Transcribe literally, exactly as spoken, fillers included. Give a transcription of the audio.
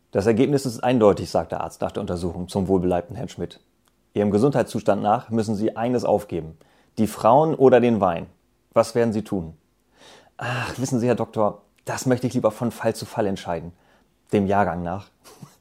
Das Ergebnis ist eindeutig, sagt der Arzt nach der Untersuchung zum wohlbeleibten Herrn Schmidt. Ihrem Gesundheitszustand nach müssen Sie eines aufgeben. Die Frauen oder den Wein. Was werden Sie tun? Ach, wissen Sie, Herr Doktor, das möchte ich lieber von Fall zu Fall entscheiden. Dem Jahrgang nach.